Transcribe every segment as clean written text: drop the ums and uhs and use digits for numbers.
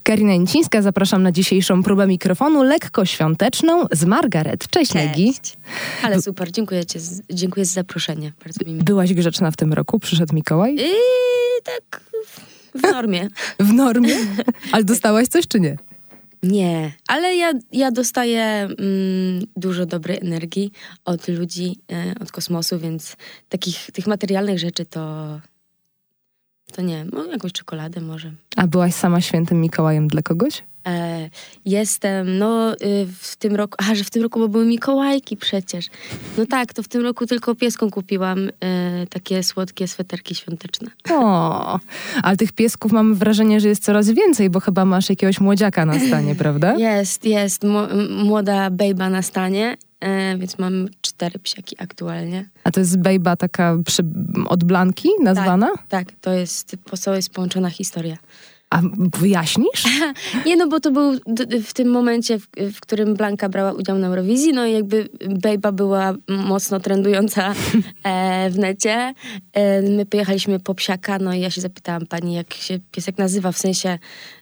Karina Nicińska, zapraszam na dzisiejszą próbę mikrofonu lekko świąteczną z Margaret. Cześć, Negi. Ale super, dziękuję za zaproszenie. Bardzo mi miło. Byłaś grzeczna w tym roku? Przyszedł Mikołaj? Tak, w normie. W normie? Ale dostałaś coś czy nie? Nie, ale ja dostaję dużo dobrej energii od ludzi, od kosmosu, więc tych materialnych rzeczy to nie. Jakąś czekoladę może. A byłaś sama świętym Mikołajem dla kogoś? Jestem, w tym roku, że w tym roku, bo były Mikołajki przecież. No tak, to w tym roku tylko pieskom kupiłam takie słodkie sweterki świąteczne. O, ale tych piesków mam wrażenie, że jest coraz więcej, bo chyba masz jakiegoś młodziaka na stanie, prawda? Jest. Młoda bejba na stanie, więc mam 4 psiaki aktualnie. A to jest bejba taka od Blanki nazwana? Tak, to jest połączona historia. A wyjaśnisz? Nie, bo to był w tym momencie, w którym Blanka brała udział na Eurowizji, no i jakby Bejba była mocno trendująca w necie. My pojechaliśmy po psiaka, no i ja się zapytałam pani, jak się piesek nazywa, w sensie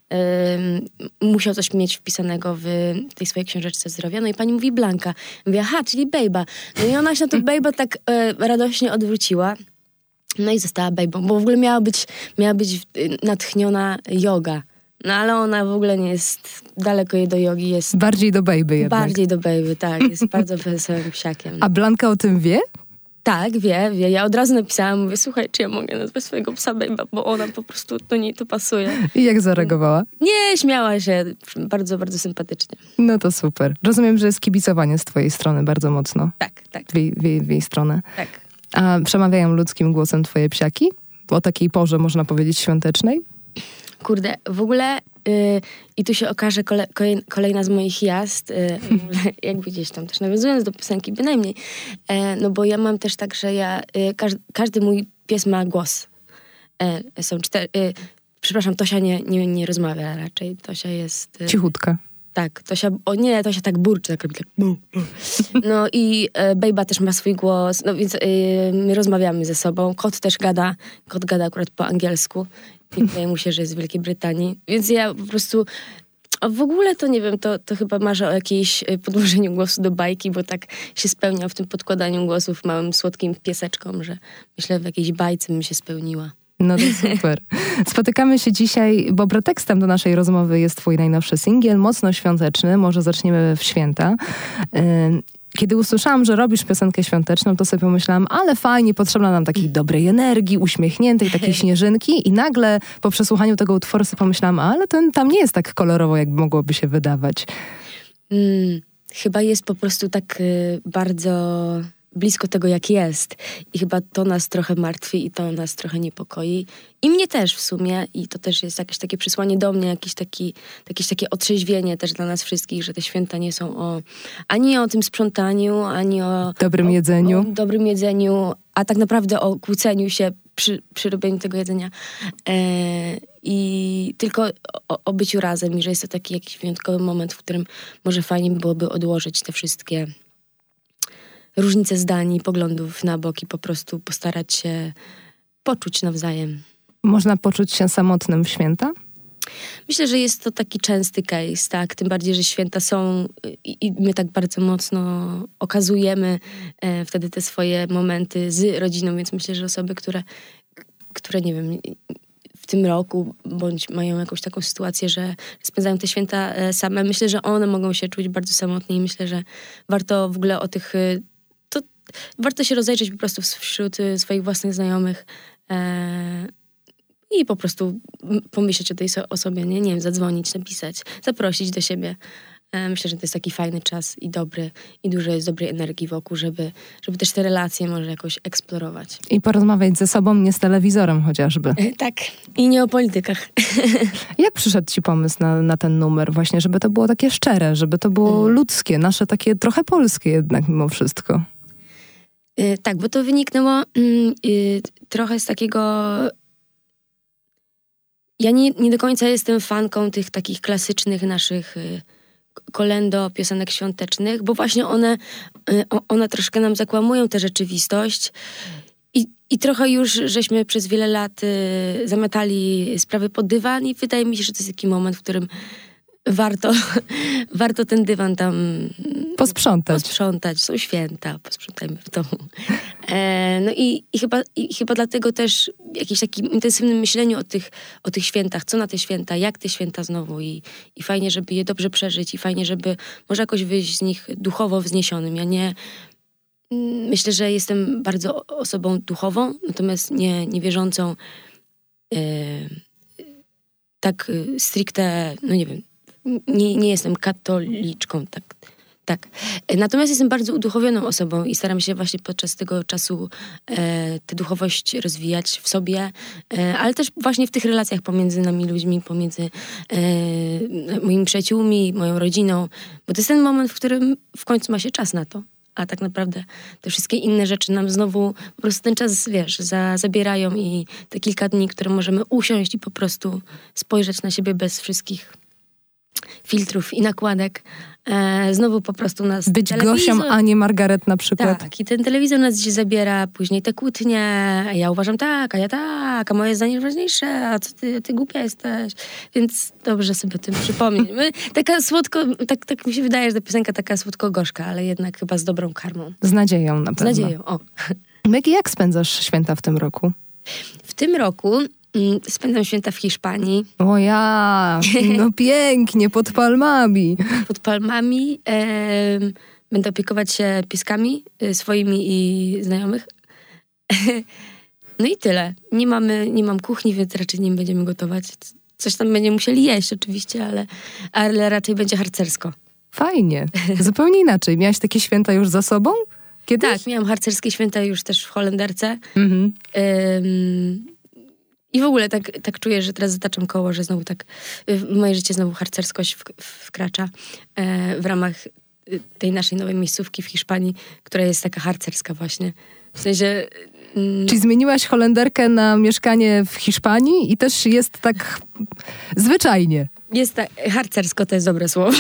musiał coś mieć wpisanego w tej swojej książeczce zdrowia, no i pani mówi Blanka. Mówię, czyli Bejba. No i ona się na to Bejba tak radośnie odwróciła. No i została bejbą, bo w ogóle miała być natchniona joga. No ale ona w ogóle nie jest, daleko jej do jogi jest. Bardziej do bejby jednak. Bardziej do bejby, tak. Jest bardzo wesołym psiakiem. A Blanka o tym wie? Tak, wie. Ja od razu napisałam, mówię, słuchaj, czy ja mogę nazwać swojego psa bejba, bo ona po prostu, do niej to pasuje. I jak zareagowała? Nie, śmiała się. Bardzo, bardzo sympatycznie. No to super. Rozumiem, że jest kibicowanie z twojej strony bardzo mocno. Tak. W jej stronę. Tak. A przemawiają ludzkim głosem twoje psiaki? O takiej porze, można powiedzieć, świątecznej? Kurde, w ogóle i tu się okaże kolejna z moich jazd, w ogóle jakby gdzieś tam też nawiązując do piosenki bynajmniej, no bo ja mam też tak, że każdy mój pies ma głos. Są 4, przepraszam, Tosia nie rozmawia raczej, Tosia jest... Cichutka. Tak, Tosia tak burczy, tak robi tak. No i Bejba też ma swój głos, no więc my rozmawiamy ze sobą. Kot też gada, akurat po angielsku. I wydaje mu się, że jest w Wielkiej Brytanii. Więc ja po prostu, w ogóle to nie wiem, to chyba marzę o jakiejś podłożeniu głosu do bajki, bo tak się spełnia w tym podkładaniu głosów małym, słodkim pieseczkom, że myślę, w jakiejś bajce bym się spełniła. No to super. Spotykamy się dzisiaj, bo pretekstem do naszej rozmowy jest twój najnowszy singiel, mocno świąteczny, może zaczniemy w święta. Kiedy usłyszałam, że robisz piosenkę świąteczną, to sobie pomyślałam, ale fajnie, potrzebna nam takiej dobrej energii, uśmiechniętej, takiej śnieżynki i nagle po przesłuchaniu tego utworu sobie pomyślałam, ale to tam nie jest tak kolorowo, jakby mogłoby się wydawać. Chyba jest po prostu tak bardzo blisko tego, jak jest. I chyba to nas trochę martwi i to nas trochę niepokoi. I mnie też w sumie. I to też jest jakieś takie przesłanie do mnie, jakieś takie otrzeźwienie też dla nas wszystkich, że te święta nie są ani o tym sprzątaniu, ani o dobrym jedzeniu. O dobrym jedzeniu, a tak naprawdę o kłóceniu się przy robieniu tego jedzenia. I tylko o byciu razem i że jest to taki jakiś wyjątkowy moment, w którym może fajnie byłoby odłożyć te wszystkie różnice zdań i poglądów na bok i po prostu postarać się poczuć nawzajem. Można poczuć się samotnym w święta? Myślę, że jest to taki częsty case, tak? Tym bardziej, że święta są i my tak bardzo mocno okazujemy wtedy te swoje momenty z rodziną, więc myślę, że osoby, które nie wiem, w tym roku, bądź mają jakąś taką sytuację, że spędzają te święta same, myślę, że one mogą się czuć bardzo samotnie i myślę, że warto w ogóle warto się rozejrzeć po prostu wśród swoich własnych znajomych i po prostu pomyśleć o tej osobie, nie wiem, zadzwonić, napisać, zaprosić do siebie. Myślę, że to jest taki fajny czas i dobry, i dużo jest dobrej energii wokół, żeby też te relacje może jakoś eksplorować. I porozmawiać ze sobą, nie z telewizorem chociażby. Tak, i nie o politykach. Jak przyszedł ci pomysł na ten numer właśnie, żeby to było takie szczere, żeby to było ludzkie, nasze takie trochę polskie jednak mimo wszystko? Tak, bo to wyniknęło trochę z takiego... Ja nie do końca jestem fanką tych takich klasycznych naszych kolędo, piosenek świątecznych, bo właśnie one troszkę nam zakłamują tę rzeczywistość I trochę już żeśmy przez wiele lat zamiatali sprawy pod dywan i wydaje mi się, że to jest taki moment, w którym warto ten dywan tam posprzątać. Są święta, posprzątajmy w domu. No i chyba dlatego też jakimś takim intensywnym myśleniu o tych świętach, co na te święta, jak te święta znowu i fajnie, żeby je dobrze przeżyć i fajnie, żeby może jakoś wyjść z nich duchowo wzniesionym. Ja nie... Myślę, że jestem bardzo osobą duchową, natomiast nie wierzącą tak stricte, no nie wiem, nie jestem katoliczką, tak. Natomiast jestem bardzo uduchowioną osobą i staram się właśnie podczas tego czasu tę duchowość rozwijać w sobie, ale też właśnie w tych relacjach pomiędzy nami ludźmi, pomiędzy moimi przyjaciółmi, moją rodziną, bo to jest ten moment, w którym w końcu ma się czas na to. A tak naprawdę te wszystkie inne rzeczy nam znowu po prostu ten czas, zabierają i te kilka dni, które możemy usiąść i po prostu spojrzeć na siebie bez wszystkich filtrów i nakładek, znowu po prostu nas... Być Gosią, a nie Margaret na przykład. Tak, i ten telewizor nas gdzieś zabiera, później te kłótnie, a ja uważam tak, a ja tak, a moje zdanie jest ważniejsze, a co ty głupia jesteś. Więc dobrze sobie o tym przypomnieć. Taka słodko, tak mi się wydaje, że ta piosenka taka słodko-gorzka, ale jednak chyba z dobrą karmą. Z nadzieją na pewno. Z nadzieją, o. Maggie, jak spędzasz święta w tym roku? W tym roku spędzam święta w Hiszpanii. O ja, no pięknie, pod palmami. Pod palmami. Będę opiekować się pieskami swoimi i znajomych. No i tyle. Nie mam kuchni, więc raczej nie będziemy gotować. Coś tam będziemy musieli jeść oczywiście, ale raczej będzie harcersko. Fajnie. Zupełnie inaczej. Miałaś takie święta już za sobą? Kiedyś? Tak, miałam harcerskie święta już też w Holenderce. Mhm. I w ogóle tak czuję, że teraz zataczam koło, że znowu tak w moje życie znowu harcerskość wkracza w ramach tej naszej nowej miejscówki w Hiszpanii, która jest taka harcerska właśnie. W sensie... Czyli zmieniłaś Holenderkę na mieszkanie w Hiszpanii i też jest tak zwyczajnie. Jest tak, harcersko to jest dobre słowo.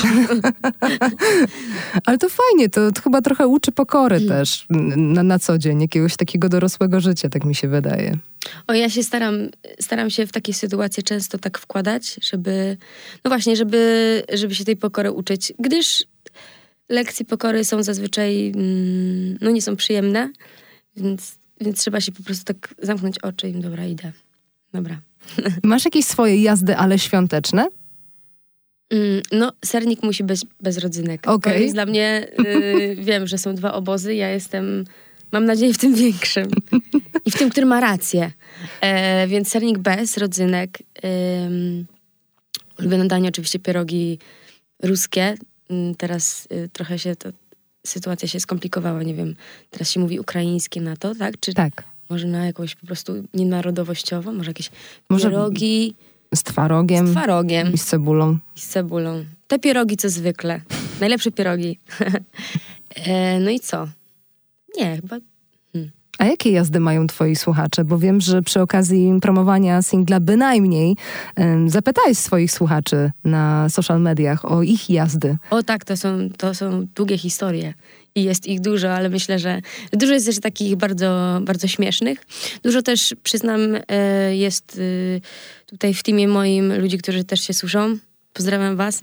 Ale to fajnie, to chyba trochę uczy pokory też na co dzień, jakiegoś takiego dorosłego życia, tak mi się wydaje. O, ja się staram się w takie sytuacje często tak wkładać, żeby, no właśnie, żeby się tej pokory uczyć, gdyż lekcje pokory są zazwyczaj, no nie są przyjemne, więc trzeba się po prostu tak zamknąć oczy i dobra, idę. Dobra. Masz jakieś swoje jazdy, ale świąteczne? No, sernik musi być bez rodzynek. Okay. To jest dla mnie, wiem, że są dwa obozy, ja jestem, mam nadzieję, w tym większym. I w tym, który ma rację. Więc sernik bez rodzynek. Ulubione danie oczywiście pierogi ruskie. Teraz trochę się sytuacja się skomplikowała, nie wiem, teraz się mówi ukraińskie na to, tak? Czy tak. Może na jakąś po prostu nienarodowościowo? Może jakieś pierogi... Z twarogiem. I z cebulą. Te pierogi, co zwykle. Najlepsze pierogi. No i co? Nie, chyba... A jakie jazdy mają twoi słuchacze? Bo wiem, że przy okazji promowania singla Bynajmniej zapytałeś swoich słuchaczy na social mediach o ich jazdy. O tak, to są długie historie. I jest ich dużo, ale myślę, że dużo jest też takich bardzo, bardzo śmiesznych. Dużo też, przyznam, jest tutaj w teamie moim ludzi, którzy też się słyszą. Pozdrawiam was.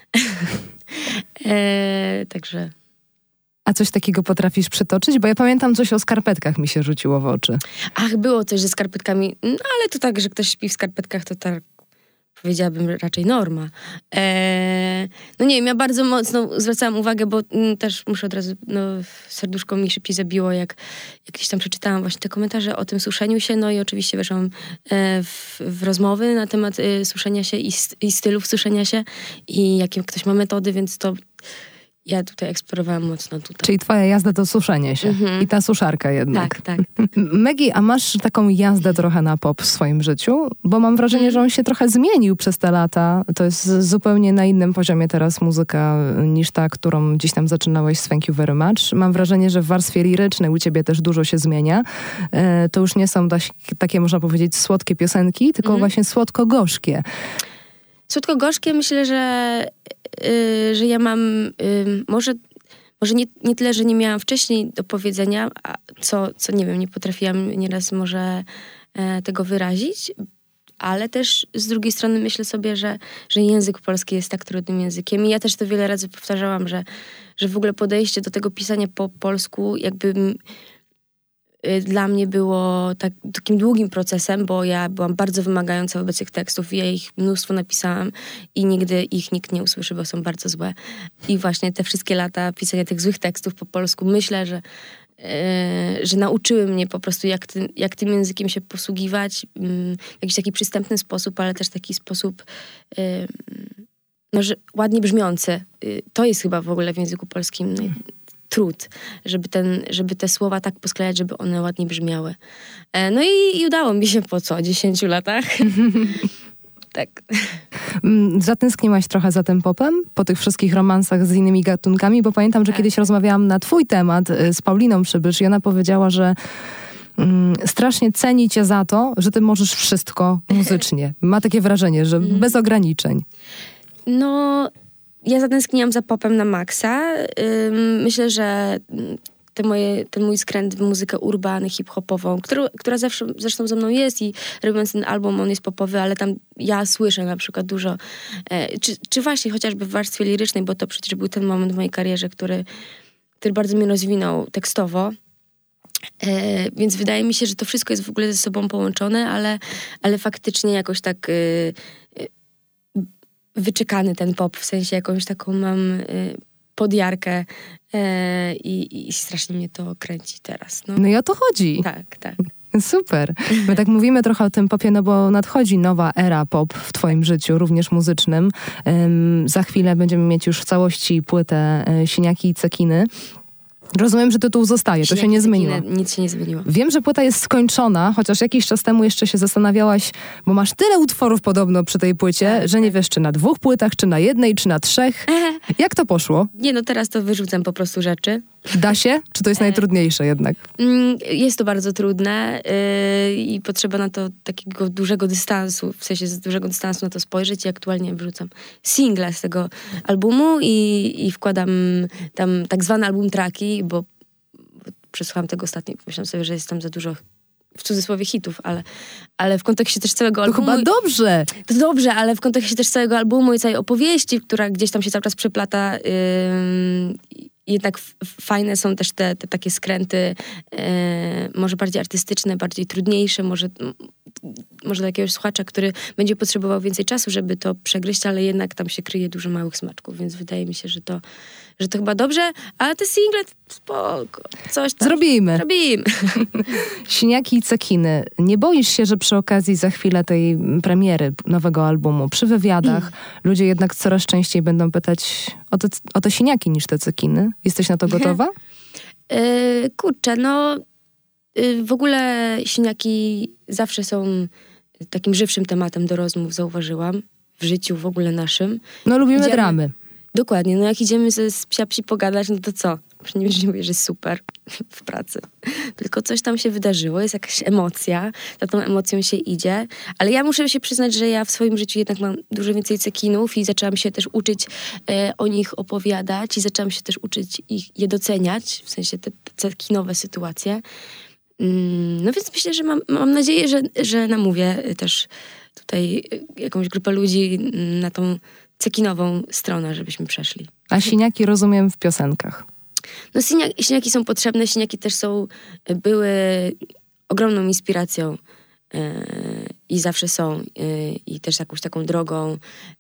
Także... A coś takiego potrafisz przytoczyć? Bo ja pamiętam, coś o skarpetkach mi się rzuciło w oczy. Ach, było coś ze skarpetkami. No ale to tak, że ktoś śpi w skarpetkach, to tak powiedziałabym raczej norma. No nie wiem, ja bardzo mocno zwracałam uwagę, bo też muszę od razu, serduszko mi szybciej zabiło, jak gdzieś tam przeczytałam właśnie te komentarze o tym suszeniu się, no i oczywiście weszłam w rozmowy na temat suszenia się i stylów suszenia się i jakie ktoś ma metody, więc to ja tutaj eksplorowałam mocno tutaj. Czyli twoja jazda to suszenie się. I ta suszarka jednak. Tak. Maggie, a masz taką jazdę trochę na pop w swoim życiu? Bo mam wrażenie, że on się trochę zmienił przez te lata. To jest zupełnie na innym poziomie teraz muzyka niż ta, którą gdzieś tam zaczynałeś z Thank You Very Much. Mam wrażenie, że w warstwie lirycznej u ciebie też dużo się zmienia. To już nie są takie, można powiedzieć, słodkie piosenki, tylko właśnie słodko-gorzkie. Słodko-gorzkie myślę, że ja mam może nie tyle, że nie miałam wcześniej do powiedzenia, a co nie wiem, nie potrafiłam nieraz może tego wyrazić, ale też z drugiej strony myślę sobie, że język polski jest tak trudnym językiem i ja też to wiele razy powtarzałam, że w ogóle podejście do tego pisania po polsku jakby dla mnie było takim długim procesem, bo ja byłam bardzo wymagająca wobec tych tekstów i ja ich mnóstwo napisałam i nigdy ich nikt nie usłyszy, bo są bardzo złe. I właśnie te wszystkie lata pisania tych złych tekstów po polsku, myślę, że nauczyły mnie po prostu, jak tym językiem się posługiwać w jakiś taki przystępny sposób, ale też taki sposób że ładnie brzmiący. To jest chyba w ogóle w języku polskim trud, żeby te słowa tak posklejać, żeby one ładnie brzmiały. No i udało mi się po 10 latach. Tak. Zatęskniłaś trochę za tym popem? Po tych wszystkich romansach z innymi gatunkami? Bo pamiętam, że kiedyś rozmawiałam na twój temat z Pauliną Przybysz i ona powiedziała, że strasznie ceni cię za to, że ty możesz wszystko muzycznie. Ma takie wrażenie, że bez ograniczeń. No, ja zatęskniłam za popem na maksa. Myślę, że ten mój skręt w muzykę urban, hip-hopową, która zresztą ze mną jest i robiąc ten album, on jest popowy, ale tam ja słyszę na przykład dużo, czy właśnie chociażby w warstwie lirycznej, bo to przecież był ten moment w mojej karierze, który bardzo mnie rozwinął tekstowo. Więc wydaje mi się, że to wszystko jest w ogóle ze sobą połączone, ale faktycznie jakoś tak wyczekany ten pop, w sensie jakąś taką mam podjarkę i strasznie mnie to kręci teraz. No i o to chodzi. Tak. Super. My tak mówimy trochę o tym popie, no bo nadchodzi nowa era pop w twoim życiu, również muzycznym. Za chwilę będziemy mieć już w całości płytę Siniaki i Cekiny. Rozumiem, że tytuł zostaje, to się nie zmieniło. Nic się nie zmieniło. Wiem, że płyta jest skończona, chociaż jakiś czas temu jeszcze się zastanawiałaś, bo masz tyle utworów podobno przy tej płycie, że nie wiesz, czy na 2 płytach, czy na 1, czy na 3. Jak to poszło? Nie, no teraz to wyrzucam po prostu rzeczy. Da się? Czy to jest najtrudniejsze jednak? Jest to bardzo trudne i potrzeba na to takiego dużego dystansu, w sensie z dużego dystansu na to spojrzeć i aktualnie wyrzucam single z tego albumu i wkładam tam tak zwane album tracki, bo przesłuchałam tego ostatnio i myślałam sobie, że jest tam za dużo w cudzysłowie hitów, ale w kontekście też całego albumu... To chyba dobrze! To dobrze, ale w kontekście też całego albumu i całej opowieści, która gdzieś tam się cały czas przeplata, jednak fajne są też te takie skręty, może bardziej artystyczne, bardziej trudniejsze, może dla jakiegoś słuchacza, który będzie potrzebował więcej czasu, żeby to przegryźć, ale jednak tam się kryje dużo małych smaczków, więc wydaje mi się, że to chyba dobrze, a te single spoko, coś tam. Zrobimy. Siniaki i Cekiny. Nie boisz się, że przy okazji za chwilę tej premiery nowego albumu, przy wywiadach, ludzie jednak coraz częściej będą pytać o te siniaki niż te cekiny? Jesteś na to gotowa? Kurczę, no w ogóle siniaki zawsze są takim żywszym tematem do rozmów, zauważyłam, w życiu w ogóle naszym. No lubimy dramy. Dokładnie, no jak idziemy z psi pogadać, no to co? Nie będziesz mówić, że jest super w pracy. Tylko coś tam się wydarzyło, jest jakaś emocja, za tą emocją się idzie. Ale ja muszę się przyznać, że ja w swoim życiu jednak mam dużo więcej cekinów i zaczęłam się też uczyć o nich opowiadać i zaczęłam się też uczyć je doceniać, w sensie te cekinowe sytuacje. No więc myślę, że mam nadzieję, że namówię też tutaj jakąś grupę ludzi na tą cekinową stronę, żebyśmy przeszli. A siniaki rozumiem w piosenkach. No siniaki są potrzebne, siniaki też były ogromną inspiracją i zawsze są i też jakąś taką drogą.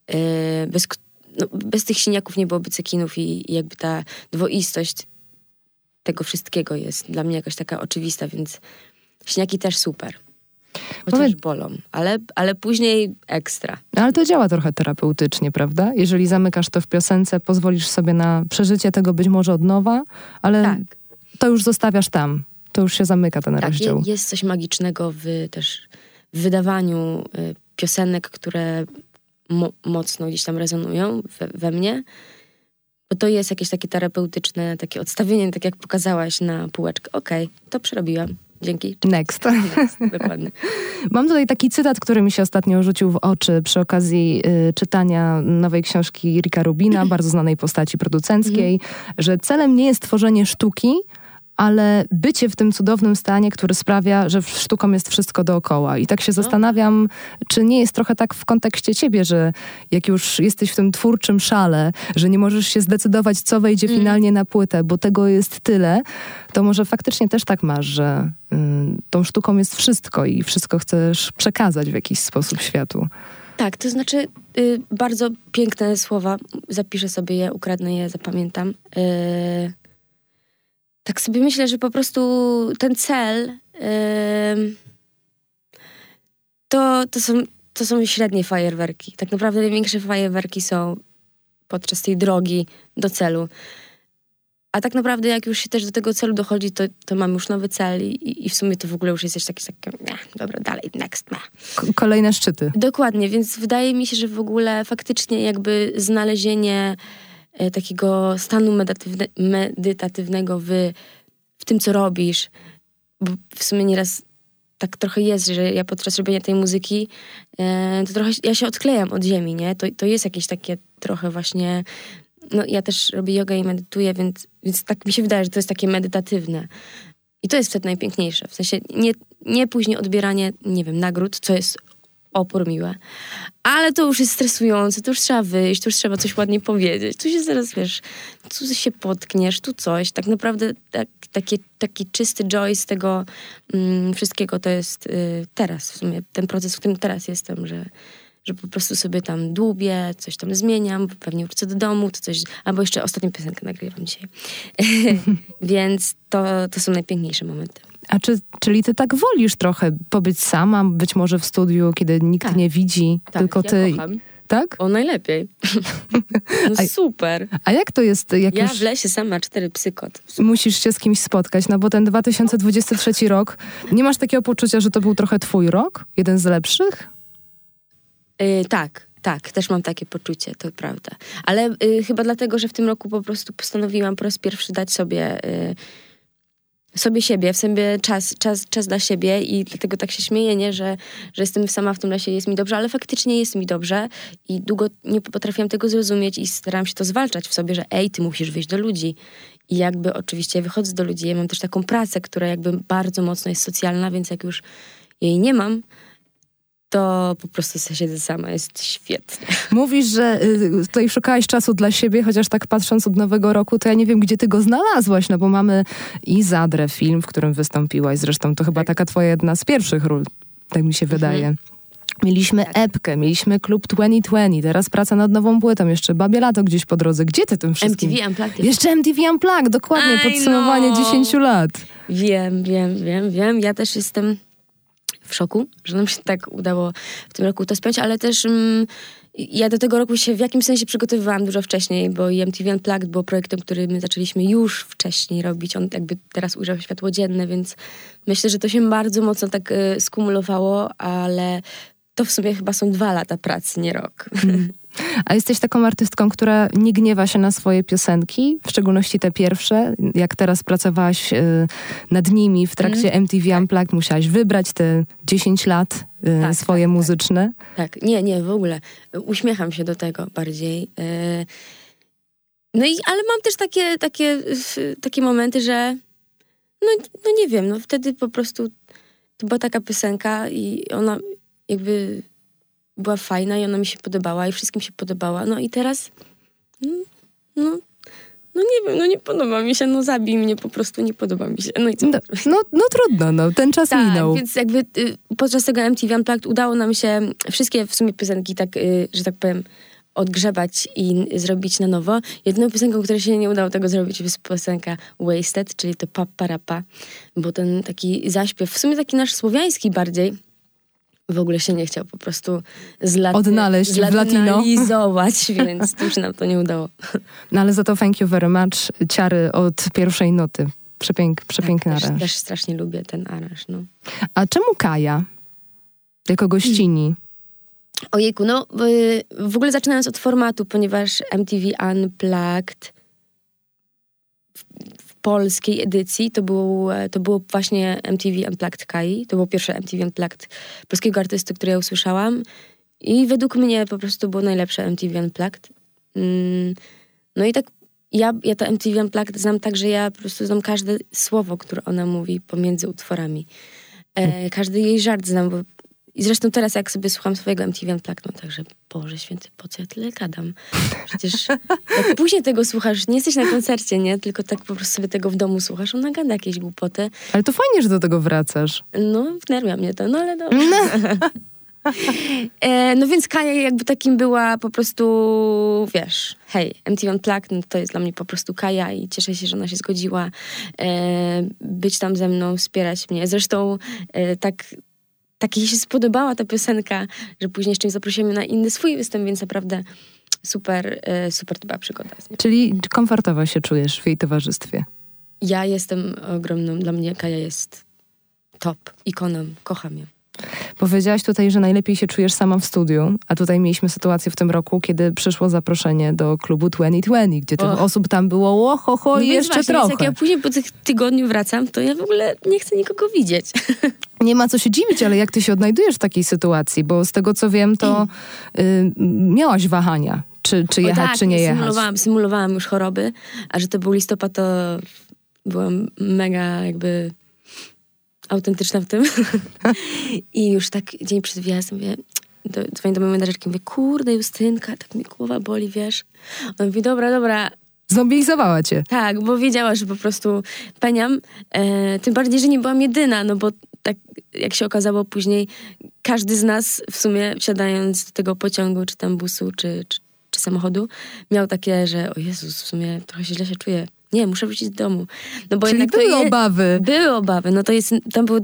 Bez tych siniaków nie byłoby cekinów i jakby ta dwoistość tego wszystkiego jest dla mnie jakaś taka oczywista, więc siniaki też super. Chociaż bolą, ale później ekstra. Ale to działa trochę terapeutycznie, prawda? Jeżeli zamykasz to w piosence, pozwolisz sobie na przeżycie tego być może od nowa, ale to już zostawiasz tam. To już się zamyka ten rozdział. Jest coś magicznego też w wydawaniu piosenek, które mocno gdzieś tam rezonują we mnie. Bo to jest jakieś takie terapeutyczne, takie odstawienie, tak jak pokazałaś na półeczkę. Okej, to przerobiłam. Dzięki. Next. Next, dokładnie. Mam tutaj taki cytat, który mi się ostatnio rzucił w oczy przy okazji czytania nowej książki Ricka Rubina, bardzo znanej postaci producenckiej, że celem nie jest tworzenie sztuki, ale bycie w tym cudownym stanie, który sprawia, że sztuką jest wszystko dookoła. I tak się zastanawiam, czy nie jest trochę tak w kontekście ciebie, że jak już jesteś w tym twórczym szale, że nie możesz się zdecydować, co wejdzie finalnie na płytę, bo tego jest tyle, to może faktycznie też tak masz, że tą sztuką jest wszystko i wszystko chcesz przekazać w jakiś sposób światu. Tak, to znaczy bardzo piękne słowa. Zapiszę sobie je, ukradnę je, zapamiętam. Tak sobie myślę, że po prostu ten cel to są średnie fajerwerki. Tak naprawdę największe fajerwerki są podczas tej drogi do celu. A tak naprawdę jak już się też do tego celu dochodzi, to mam już nowy cel i w sumie to w ogóle już jesteś taki dobra, dalej, next. Kolejne szczyty. Dokładnie, więc wydaje mi się, że w ogóle faktycznie jakby znalezienie takiego stanu medytatywnego w tym, co robisz, bo w sumie nieraz tak trochę jest, że ja podczas robienia tej muzyki to trochę ja się odklejam od ziemi, nie? To jest jakieś takie trochę właśnie... No ja też robię jogę i medytuję, więc tak mi się wydaje, że to jest takie medytatywne. I to jest wtedy najpiękniejsze. W sensie nie później odbieranie, nie wiem, nagród, co jest opór miłe. Ale to już jest stresujące, to już trzeba wyjść, to już trzeba coś ładnie powiedzieć. Tu się zaraz, wiesz, tu się potkniesz, tu coś. Tak naprawdę taki czysty joy z tego wszystkiego to jest teraz w sumie. Ten proces, w którym teraz jestem, że po prostu sobie tam dłubię, coś tam zmieniam, pewnie wrócę do domu, to coś, albo jeszcze ostatnią piosenkę nagrywam dzisiaj. Więc to są najpiękniejsze momenty. A czyli ty tak wolisz trochę pobyć sama, być może w studiu, kiedy nikt nie widzi, tylko ty... Ja kocham. Tak? O, najlepiej. No super. A jak to jest? Jak ja już w lesie sama 4 psykot. musisz się z kimś spotkać, no bo ten 2023 rok, nie masz takiego poczucia, że to był trochę twój rok? Jeden z lepszych? Tak, też mam takie poczucie, to prawda. Ale chyba dlatego, że w tym roku po prostu postanowiłam po raz pierwszy dać sobie siebie, w sobie czas dla siebie i dlatego tak się śmieję, nie? Że jestem sama w tym lesie i jest mi dobrze, ale faktycznie jest mi dobrze i długo nie potrafiłam tego zrozumieć i starałam się to zwalczać w sobie, że ty musisz wyjść do ludzi. I jakby oczywiście wychodzę do ludzi, ja mam też taką pracę, która jakby bardzo mocno jest socjalna, więc jak już jej nie mam, to po prostu siedzę sama, jest świetnie. Mówisz, że tutaj szukałaś czasu dla siebie, chociaż tak patrząc od nowego roku, to ja nie wiem, gdzie ty go znalazłaś, no bo mamy i Zadrę, film, w którym wystąpiłaś, zresztą to chyba taka twoja jedna z pierwszych ról, tak mi się wydaje. Mieliśmy epkę, mieliśmy Klub 2020, teraz praca nad nową płytą, jeszcze Babie Lato gdzieś po drodze. Gdzie ty tym wszystkim? MTV Unplugged. Jeszcze MTV Unplugged, dokładnie, podsumowanie 10 lat. Wiem. Ja też jestem w szoku, że nam się tak udało w tym roku to spiąć, ale też ja do tego roku się w jakimś sensie przygotowywałam dużo wcześniej, bo i MTV Unplugged był projektem, który my zaczęliśmy już wcześniej robić. On jakby teraz ujrzał światło dzienne, więc myślę, że to się bardzo mocno tak skumulowało, ale to w sumie chyba są 2 lata pracy, nie rok. A jesteś taką artystką, która nie gniewa się na swoje piosenki, w szczególności te pierwsze. Jak teraz pracowałaś nad nimi w trakcie MTV Unplugged, musiałaś wybrać te 10 lat swoje muzyczne. Tak, nie, w ogóle. Uśmiecham się do tego bardziej. No i, ale mam też takie momenty, że no nie wiem, no wtedy po prostu to była taka piosenka i ona jakby była fajna i ona mi się podobała i wszystkim się podobała. No i teraz no nie wiem, nie podoba mi się, zabij mnie, po prostu nie podoba mi się. No i co? No trudno, ten czas minął. Więc jakby podczas tego MTV Unplugged udało nam się wszystkie w sumie piosenki tak, że tak powiem, odgrzebać i zrobić na nowo. Jedyną piosenką, której się nie udało tego zrobić, jest piosenka Wasted, czyli to pa, bo ten taki zaśpiew, w sumie taki nasz słowiański bardziej, w ogóle się nie chciał po prostu odnaleźć w latino, więc już nam to nie udało. No ale za to thank you very much. Ciary od pierwszej nuty. Przepiękny aranż. Też strasznie lubię ten aranż, no. A czemu Kaja? Jako gościni? Ojejku, w ogóle zaczynając od formatu, ponieważ MTV Unplugged polskiej edycji to było właśnie MTV Unplugged Kai. To było pierwsze MTV Unplugged polskiego artysty, który ja usłyszałam. I według mnie po prostu było najlepsze MTV Unplugged. No i tak ja to MTV Unplugged znam tak, że ja po prostu znam każde słowo, które ona mówi pomiędzy utworami. Każdy jej żart znam, bo i zresztą teraz jak sobie słucham swojego MTV Unplugged, no także Boże Święty, po co ja tyle gadam? Przecież jak później tego słuchasz, nie jesteś na koncercie, nie? Tylko tak po prostu sobie tego w domu słuchasz, ona gada jakieś głupoty. Ale to fajnie, że do tego wracasz. No, wnerwia mnie to, no ale dobrze. No więc Kaja jakby takim była po prostu, wiesz, hej, MTV Unplugged, no to jest dla mnie po prostu Kaja i cieszę się, że ona się zgodziła być tam ze mną, wspierać mnie. Zresztą tak jej się spodobała ta piosenka, że później jeszcze mnie zaprosiła na inny swój występ, więc naprawdę super to była przygoda. Czyli komfortowo się czujesz w jej towarzystwie? Ja jestem ogromną, dla mnie Kaja jest top, ikoną, kocham ją. Powiedziałaś tutaj, że najlepiej się czujesz sama w studiu, a tutaj mieliśmy sytuację w tym roku, kiedy przyszło zaproszenie do klubu 2020, gdzie tych osób tam było i jeszcze właśnie, trochę. Jak ja później po tych tygodniu wracam, to ja w ogóle nie chcę nikogo widzieć. Nie ma co się dziwić, ale jak ty się odnajdujesz w takikiej sytuacji? Bo z tego, co wiem, to miałaś wahania, czy jechać, tak, czy nie jechać. Symulowałam już choroby, a że to był listopad, to byłam mega jakby autentyczna w tym. I już tak dzień przed wyjazdem mówię, dzwonię do mojej menadżerki, mówię, kurde Justynka, tak mi głowa boli, wiesz. On mówi, dobra. Zmobilizowała cię. Tak, bo wiedziała, że po prostu peniam. Tym bardziej, że nie byłam jedyna, no bo tak jak się okazało później, każdy z nas w sumie wsiadając do tego pociągu, czy tam busu, czy samochodu, miał takie, że o Jezus, w sumie trochę źle się czuję. Nie, muszę wrócić do domu. No bo czyli były obawy. Były obawy. No to jest, tam było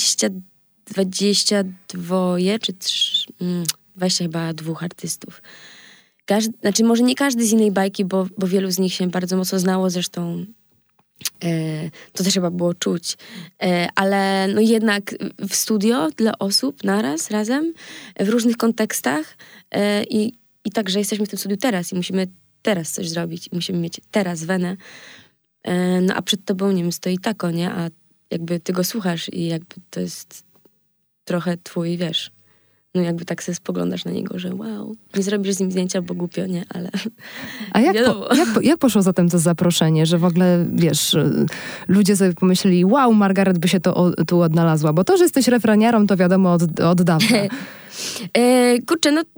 22 czy 20 chyba 2 artystów. Znaczy może nie każdy z innej bajki, bo wielu z nich się bardzo mocno znało, zresztą to też chyba było czuć. Ale no jednak w studio dla osób naraz, razem, w różnych kontekstach i także jesteśmy w tym studiu teraz i musimy teraz coś zrobić i musimy mieć teraz wenę. No a przed tobą, nie wiem, stoi tako, nie? A jakby ty go słuchasz i jakby to jest trochę twój, wiesz, no jakby tak sobie spoglądasz na niego, że wow, nie zrobisz z nim zdjęcia, bo głupio, nie? Ale a jak poszło zatem to zaproszenie, że w ogóle, wiesz, ludzie sobie pomyśleli, wow, Margaret by się tu odnalazła, bo to, że jesteś refreniarą, to wiadomo od dawna. Kurczę, no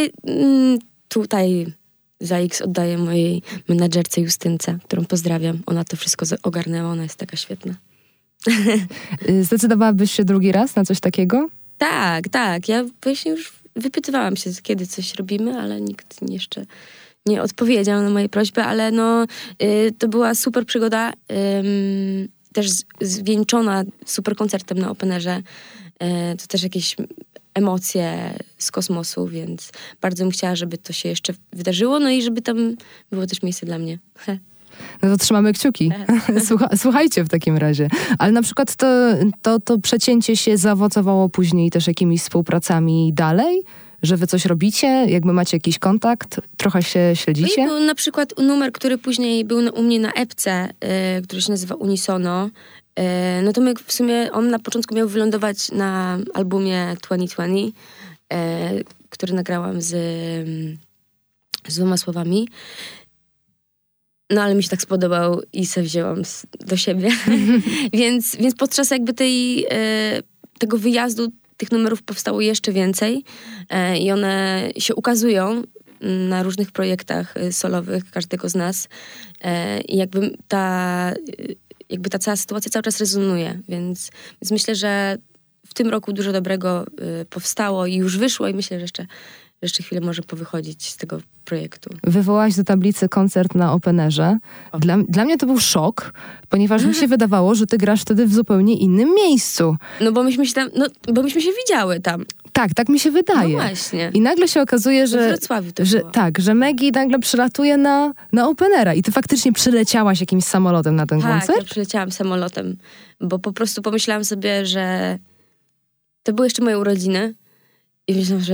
tutaj za X oddaję mojej menadżerce Justynce, którą pozdrawiam. Ona to wszystko ogarnęła, ona jest taka świetna. Zdecydowałabyś się drugi raz na coś takiego? Tak. Ja właśnie już wypytywałam się, kiedy coś robimy, ale nikt jeszcze nie odpowiedział na moje prośby, ale no to była super przygoda, też zwieńczona super koncertem na Openerze. To też jakieś emocje z kosmosu, więc bardzo bym chciała, żeby to się jeszcze wydarzyło, no i żeby tam było też miejsce dla mnie. No to trzymamy kciuki. Słuchajcie w takim razie. Ale na przykład to przecięcie się zaowocowało później też jakimiś współpracami dalej? Że wy coś robicie? Jakby macie jakiś kontakt? Trochę się śledzicie? No i na przykład numer, który później był u mnie na epce, który się nazywa Unisono, no to my w sumie, on na początku miał wylądować na albumie 2020, który nagrałam z 2 słowami. No ale mi się tak spodobał i se wzięłam do siebie. więc podczas jakby tego wyjazdu tych numerów powstało jeszcze więcej i one się ukazują na różnych projektach solowych każdego z nas i jakby ta cała sytuacja cały czas rezonuje, więc myślę, że w tym roku dużo dobrego powstało i już wyszło i myślę, że jeszcze chwilę może powychodzić z tego projektu. Wywołałaś do tablicy koncert na Openerze. Dla mnie to był szok, ponieważ mi się wydawało, że ty grasz wtedy w zupełnie innym miejscu. No bo myśmy się widziały tam. Tak mi się wydaje. No właśnie. I nagle się okazuje, że... W Wrocławiu to było. Tak, że Maggie nagle przylatuje na Openera. I ty faktycznie przyleciałaś jakimś samolotem na ten koncert? Tak, ja przyleciałam samolotem, bo po prostu pomyślałam sobie, że to były jeszcze moje urodziny i myślałam, że nie.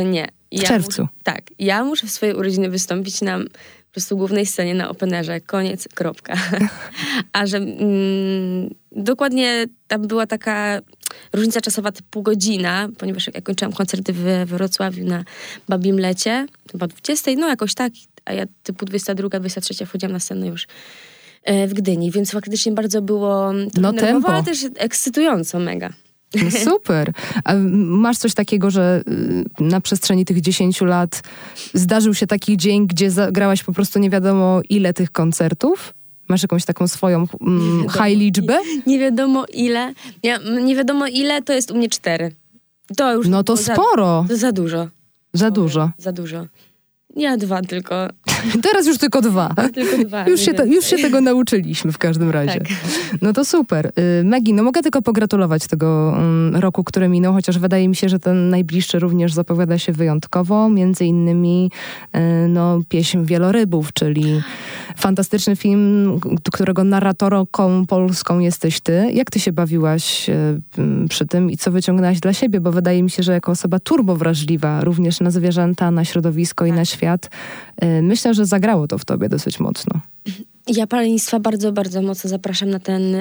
W czerwcu. Ja muszę w swojej urodziny wystąpić na po prostu głównej scenie na openerze. Koniec, kropka. A że dokładnie tam była taka różnica czasowa typu godzina, ponieważ jak kończyłam koncerty w Wrocławiu na Babim Lecie, chyba 20, no jakoś tak, a ja typu 22, 23 wchodziłam na scenę już w Gdyni, więc faktycznie bardzo było nerwowo, ale też ekscytująco mega. No super. A masz coś takiego, że na przestrzeni tych 10 lat zdarzył się taki dzień, gdzie zagrałaś po prostu nie wiadomo ile tych koncertów? Masz jakąś taką swoją high liczbę? Nie wiadomo ile. Nie wiadomo ile, to jest u mnie 4. To już no to sporo. To za dużo. Za dużo. Za dużo. Ja 2 tylko. Teraz już tylko 2. Tylko 2. Już się tego nauczyliśmy w każdym razie. Tak. No to super. Maggie, no mogę tylko pogratulować tego roku, który minął, chociaż wydaje mi się, że ten najbliższy również zapowiada się wyjątkowo. Między innymi Pieśń Wielorybów, czyli fantastyczny film, którego narratorką polską jesteś ty. Jak ty się bawiłaś przy tym i co wyciągnęłaś dla siebie? Bo wydaje mi się, że jako osoba turbowrażliwa również na zwierzęta, na środowisko i na świat, myślę, że zagrało to w tobie dosyć mocno. Ja Państwa bardzo, bardzo mocno zapraszam na ten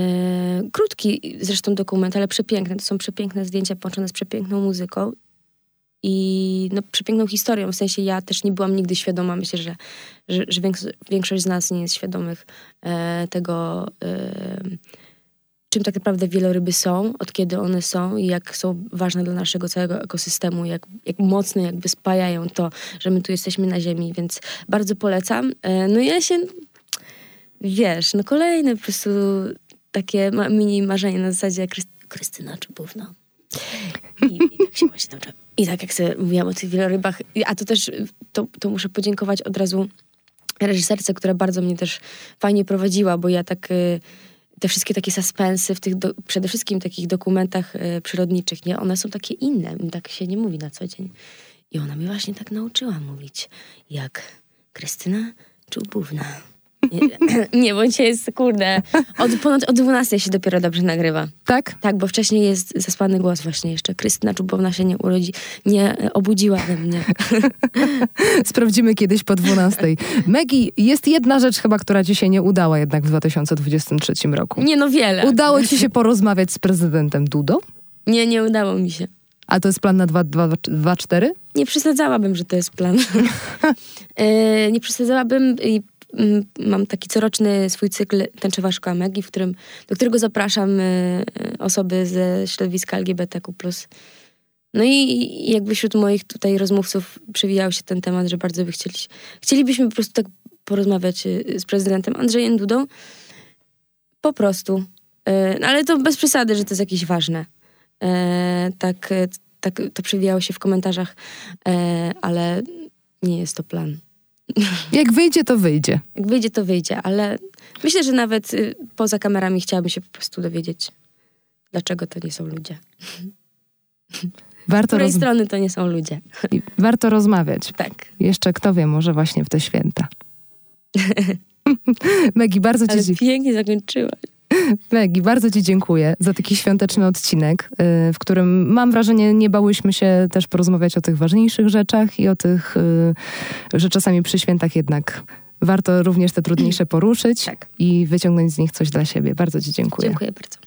krótki zresztą dokument, ale przepiękny. To są przepiękne zdjęcia połączone z przepiękną muzyką i przepiękną historią. W sensie ja też nie byłam nigdy świadoma. Myślę, że większość z nas nie jest świadomych tego, czym tak naprawdę wieloryby są, od kiedy one są i jak są ważne dla naszego całego ekosystemu, jak mocno jakby spajają to, że my tu jesteśmy na ziemi, więc bardzo polecam. No ja się, kolejne po prostu takie mini marzenie na zasadzie Krystyna Czubówna. I tak się właśnie tam... I tak jak sobie mówiłam o tych wielorybach, a to też, to muszę podziękować od razu reżyserce, która bardzo mnie też fajnie prowadziła, bo ja tak... Te wszystkie takie suspensy w tych przede wszystkim takich dokumentach przyrodniczych, nie? One są takie inne. Tak się nie mówi na co dzień. I ona mnie właśnie tak nauczyła mówić, jak Krystyna Czubówna. Nie, bo dzisiaj jest, ponad o 12 się dopiero dobrze nagrywa. Tak? Tak, bo wcześniej jest zaspany głos właśnie jeszcze. Krystyna Czubówna się nie obudziła we mnie. Sprawdzimy kiedyś po 12. Maggie, jest jedna rzecz chyba, która ci się nie udała jednak w 2023 roku. Wiele. Udało ci się porozmawiać z prezydentem Dudą? Nie udało mi się. A to jest plan na 2024? Nie przesadzałabym, że to jest plan. Nie przesadzałabym i mam taki coroczny swój cykl Tęczowa Szkoła Maggie, do którego zapraszam osoby ze środowiska LGBTQ+. No i jakby wśród moich tutaj rozmówców przewijał się ten temat, że bardzo chcielibyśmy po prostu tak porozmawiać z prezydentem Andrzejem Dudą. Po prostu. Ale to bez przesady, że to jest jakieś ważne. Tak to przewijało się w komentarzach, ale nie jest to plan. Jak wyjdzie, to wyjdzie. Jak wyjdzie, to wyjdzie, ale myślę, że nawet poza kamerami chciałabym się po prostu dowiedzieć, dlaczego to nie są ludzie. Z której strony to nie są ludzie. Warto rozmawiać. Tak. Jeszcze kto wie, może właśnie w te święta. Maggie, bardzo Ale pięknie zakończyłaś. Maggie, bardzo ci dziękuję za taki świąteczny odcinek, w którym mam wrażenie, nie bałyśmy się też porozmawiać o tych ważniejszych rzeczach i o tych, że czasami przy świętach jednak warto również te trudniejsze poruszyć i wyciągnąć z nich coś dla siebie. Bardzo ci dziękuję. Dziękuję bardzo.